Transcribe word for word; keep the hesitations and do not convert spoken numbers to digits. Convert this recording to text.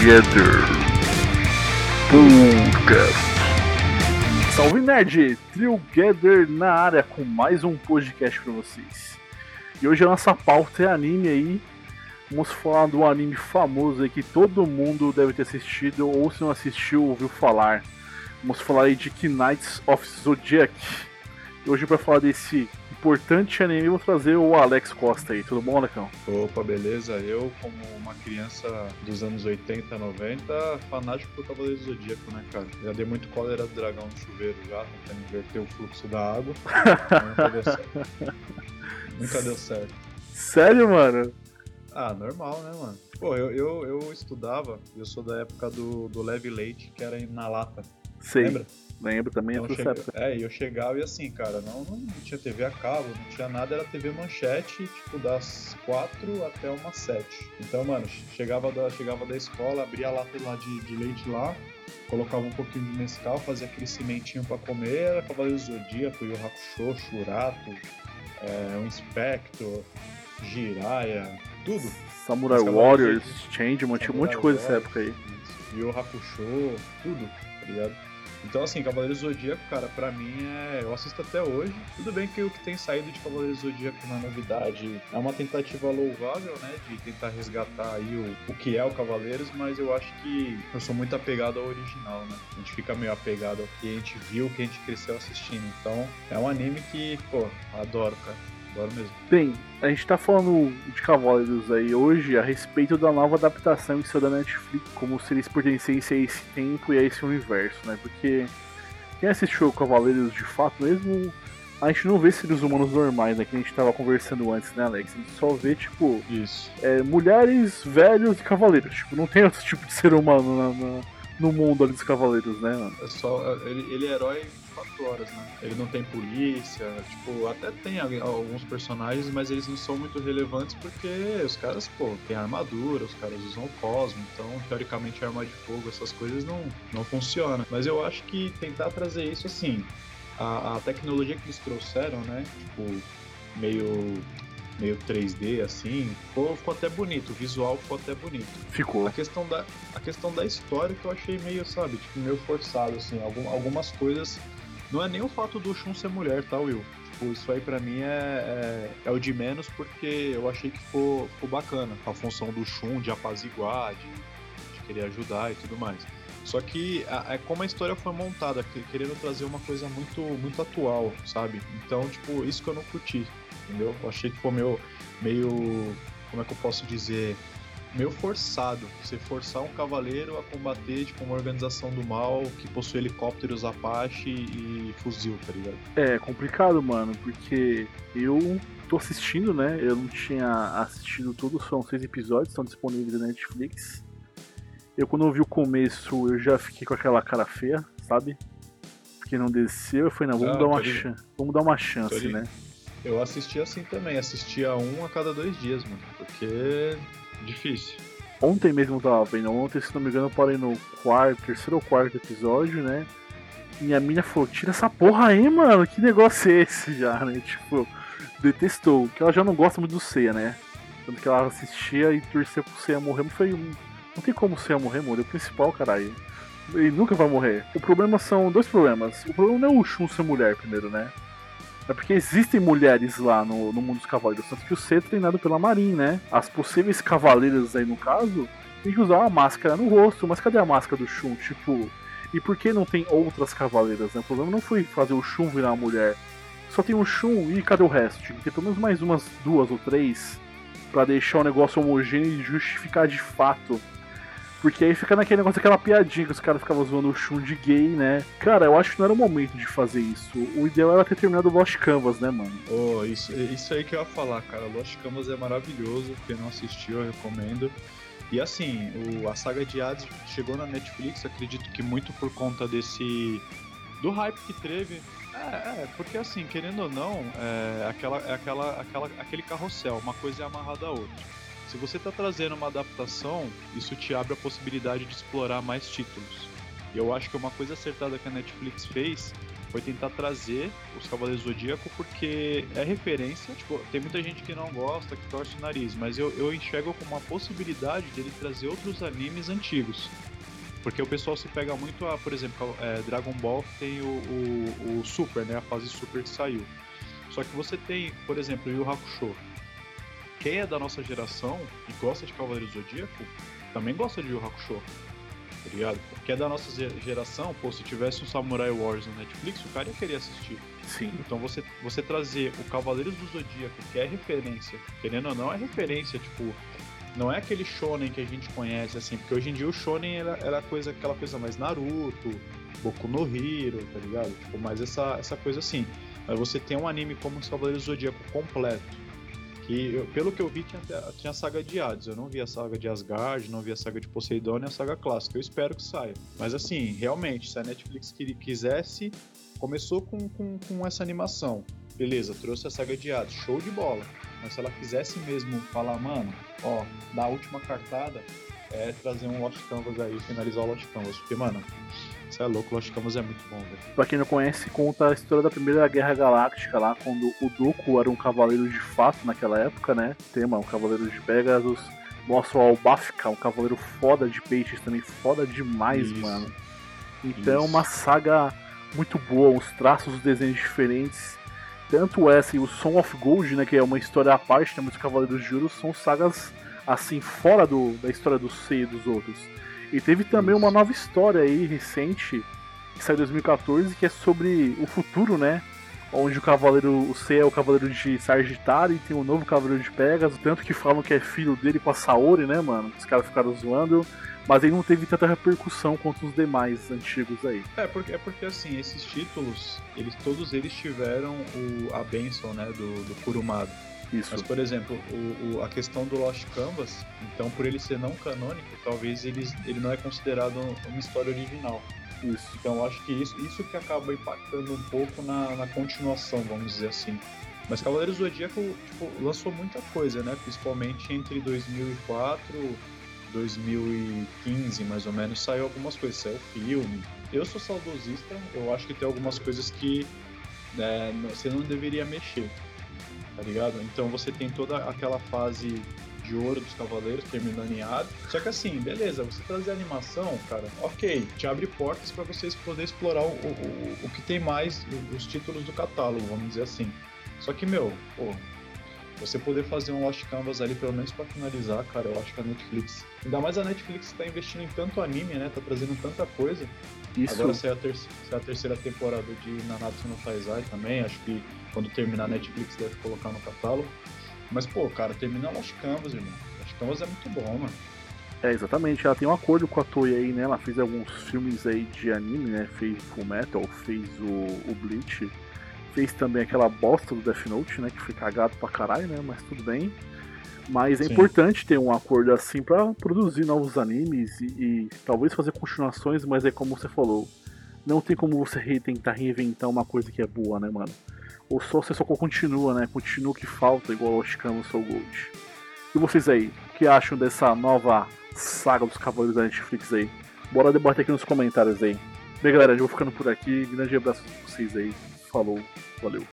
Together Podcast. Salve nerd! Together na área com mais um podcast pra vocês. E hoje a nossa pauta é anime aí. Vamos falar de um anime famoso aí que todo mundo deve ter assistido, ou se não assistiu, ouviu falar. Vamos falar aí de Knights of Zodiac. E hoje pra falar desse importante anime, vou trazer o Alex Costa aí. Tudo bom, Alecão? Opa, beleza? Eu, como uma criança dos anos oitenta, noventa, fanático por Cavaleiro do Zodíaco, né, cara? Já dei muito cólera do dragão no chuveiro já, tentando inverter o fluxo da água. Nunca deu certo. Nunca deu certo. Sério, mano? Ah, normal, né, mano? Pô, eu, eu, eu estudava, eu sou da época do, do Leve Leite, que era na lata. Sei. Lembra? Lembro também, então, é chega... época. É, e eu chegava e assim, cara, não, não tinha T V a cabo, não tinha nada, era T V manchete, tipo, das quatro até umas sete. Então, mano, chegava da, chegava da escola, abria a lata lá de, de leite lá, colocava um pouquinho de Nescau, fazia aquele cimentinho pra comer, era Cavaleiro do Zodíaco, Yu Hakusho, Shurato, é, um Inspector, Jiraiya, tudo. Samurai Warriors, Changeman, tinha um monte de coisa nessa época aí. Yu Hakusho, tudo, tá ligado? Então, assim, Cavaleiros do Zodíaco, cara, pra mim é... eu assisto até hoje. Tudo bem que o que tem saído de Cavaleiros do Zodíaco na novidade é uma tentativa louvável, né, de tentar resgatar aí o, o que é o Cavaleiros, mas eu acho que eu sou muito apegado ao original, né? A gente fica meio apegado ao que a gente viu, que a gente cresceu assistindo. Então, é um anime que, pô, adoro, cara. Adoro mesmo. Bem, a gente tá falando de Cavaleiros aí hoje a respeito da nova adaptação que saiu da Netflix, como se eles pertencessem a esse tempo e a esse universo, né? Porque quem assistiu Cavaleiros de fato mesmo, a gente não vê seres humanos normais, né? Que a gente tava conversando antes, né, Alex? A gente só vê, tipo, Isso. É, mulheres, velhos e cavaleiros. Tipo, não tem outro tipo de ser humano na, na, no mundo ali dos Cavaleiros, né, mano? É só, ele, ele é herói vinte e quatro horas, né? Ele não tem polícia, tipo, até tem alguns personagens, mas eles não são muito relevantes porque os caras, pô, tem armadura, os caras usam o cosmo, então, teoricamente, arma de fogo, essas coisas não, não funcionam. Mas eu acho que tentar trazer isso, assim, a, a tecnologia que eles trouxeram, né, tipo, meio... meio três D, assim, ficou, ficou até bonito, o visual ficou até bonito. Ficou. A questão da, a questão da história que eu achei meio, sabe, tipo, meio forçado, assim, algum, algumas coisas... Não é nem o fato do Shun ser mulher, tá, Will? Tipo, isso aí pra mim é, é, é o de menos, porque eu achei que ficou, ficou bacana. A função do Shun de apaziguar, de, de querer ajudar e tudo mais. Só que a, a, como a história foi montada, querendo trazer uma coisa muito, muito atual, sabe? Então, tipo, isso que eu não curti, entendeu? Eu achei que ficou meio, meio, como é que eu posso dizer, meio forçado. Você forçar um cavaleiro a combater, tipo, uma organização do mal que possui helicópteros Apache e fuzil, tá ligado? É complicado, mano, porque eu tô assistindo, né? Eu não tinha assistido tudo, são seis episódios, estão disponíveis na Netflix. Eu, quando eu vi o começo, eu já fiquei com aquela cara feia, sabe? Porque não desceu, eu falei, não, vamos, ah, dar, uma chan- vamos dar uma chance, né? Eu assisti assim também, assistia um a cada dois dias, mano, porque... difícil. Ontem mesmo eu tava vendo, ontem, se não me engano, eu parei no quarto, terceiro ou quarto episódio, né? E a mina falou, tira essa porra aí, mano, que negócio é esse já, né? Tipo, detestou, que ela já não gosta muito do Seiya, né? Tanto que ela assistia e torcia pro Seiya morrer, mas foi, não tem como o Seiya morrer, mano, é o principal, caralho. Ele nunca vai morrer. O problema são dois problemas. O problema não é o Shun ser mulher primeiro, né? É porque existem mulheres lá no, no mundo dos cavaleiros, tanto que o C é treinado pela Marin, né? As possíveis cavaleiras aí, no caso, tem que usar uma máscara no rosto, mas cadê a máscara do Shun? Tipo, e por que não tem outras cavaleiras, né? O problema não foi fazer o Shun virar uma mulher. Só tem o Shun e cadê o resto? Tinha que ter pelo menos mais umas duas ou três pra deixar o negócio homogêneo e justificar de fato. Porque aí fica naquele negócio, aquela piadinha que os caras ficavam zoando o Shun de gay, né? Cara, eu acho que não era o momento de fazer isso. O ideal era ter terminado o Lost Canvas, né, mano? Oh, isso, isso aí que eu ia falar, cara. Lost Canvas é maravilhoso. Quem não assistiu, eu recomendo. E assim, o, a saga de Hades chegou na Netflix, acredito que muito por conta desse... do hype que teve. É, é porque assim, querendo ou não, é, aquela, é aquela, aquela, aquele carrossel, uma coisa é amarrada à outra. Se você está trazendo uma adaptação, isso te abre a possibilidade de explorar mais títulos. E eu acho que uma coisa acertada que a Netflix fez foi tentar trazer os Cavaleiros do Zodíaco porque é referência, tipo, tem muita gente que não gosta, que torce o nariz, mas eu, eu enxergo como uma possibilidade dele trazer outros animes antigos. Porque o pessoal se pega muito a, por exemplo, é, Dragon Ball tem o, o, o Super, né, a fase Super que saiu. Só que você tem, por exemplo, Yu Yu Hakusho. Quem é da nossa geração e gosta de Cavaleiros do Zodíaco, também gosta de Yu Yu Hakusho, tá ligado? Quem é da nossa geração, pô, se tivesse um Samurai Wars no Netflix, o cara ia querer assistir. Sim. Então você, você trazer o Cavaleiros do Zodíaco, que é referência, querendo ou não, é referência, tipo, não é aquele shonen que a gente conhece, assim, porque hoje em dia o shonen era, era coisa, aquela coisa mais Naruto, Boku no Hero, tá ligado? Tipo, mais essa, essa coisa assim. Mas você tem um anime como os Cavaleiros do Zodíaco completo, que eu, pelo que eu vi tinha, tinha a saga de Hades, eu não vi a saga de Asgard, não vi a saga de Poseidon e a saga clássica, eu espero que saia. Mas assim, realmente, se a Netflix quisesse, começou com, com, com essa animação, beleza, trouxe a saga de Hades, show de bola. Mas se ela quisesse mesmo falar, mano, ó, da última cartada, é trazer um Lost Canvas aí, finalizar o Lost Canvas, porque, mano, você é louco, Lost Canvas é muito bom, velho. Pra quem não conhece, conta a história da Primeira Guerra Galáctica lá, quando o Dooku era um cavaleiro de fato naquela época, né? Tema, um cavaleiro de Pegasus. Mostra o Albafka, um cavaleiro foda de peixes também, foda demais, Isso. mano. Então é uma saga muito boa, uns traços, os desenhos diferentes. Tanto essa e o Song of Gold, né, que é uma história à parte, tem muitos Cavaleiros de Ouro, são sagas assim, fora do, da história do Sei e dos outros. E teve também uma nova história aí, recente, que saiu em dois mil e catorze, que é sobre o futuro, né? Onde o cavaleiro, o Sei é o cavaleiro de Sagitário e tem um novo cavaleiro de Pegasus, tanto que falam que é filho dele com a Saori, né, mano? Os caras ficaram zoando, mas ele não teve tanta repercussão quanto os demais antigos aí. É porque, é porque assim, esses títulos, eles, todos eles tiveram o, a bênção, né, do, do Kurumada. Isso. Mas, por exemplo, o, o, a questão do Lost Canvas, então por ele ser não canônico, talvez ele, ele não é considerado uma história original. Isso. Então eu acho que isso, isso que acaba impactando um pouco na, na continuação, vamos dizer assim. Mas Cavaleiros do Zodíaco, tipo, lançou muita coisa, né? Principalmente entre dois mil e quatro, dois mil e quinze, mais ou menos, saiu algumas coisas, saiu filme. Eu sou saudosista, eu acho que tem algumas coisas que é, você não deveria mexer, tá ligado? Então você tem toda aquela fase de ouro dos Cavaleiros terminando em Hades. Só que assim, beleza, você trazer animação, cara, ok, te abre portas para vocês poderem explorar o, o, o que tem mais, os títulos do catálogo, vamos dizer assim. Só que, meu, pô, você poder fazer um Lost Canvas ali, pelo menos pra finalizar, cara, eu acho que a Netflix, ainda mais a Netflix tá investindo em tanto anime, né, tá trazendo tanta coisa. Isso. Agora se é, a ter- se é a terceira temporada de Nanatsu no Taizai também, acho que quando terminar a Netflix deve colocar no catálogo. Mas, pô, cara, termina Lost Canvas, irmão. Lost Canvas é muito bom, mano. É, exatamente, ela tem um acordo com a Toei aí, né? Ela fez alguns filmes aí de anime, né? Fez Full Metal, fez o, o Bleach, fez também aquela bosta do Death Note, né? Que foi cagado pra caralho, né? Mas tudo bem. Mas é Sim. importante ter um acordo assim pra produzir novos animes e, e talvez fazer continuações, mas é como você falou, não tem como você re- tentar reinventar uma coisa que é boa, né, mano? Ou só você só continua, né? Continua o que falta, igual Lost Canvas ou Gold. E vocês aí, o que acham dessa nova saga dos Cavaleiros da Netflix aí? Bora debater aqui nos comentários aí. Bem, galera, eu vou ficando por aqui. Grande abraço pra vocês aí. Falou, valeu.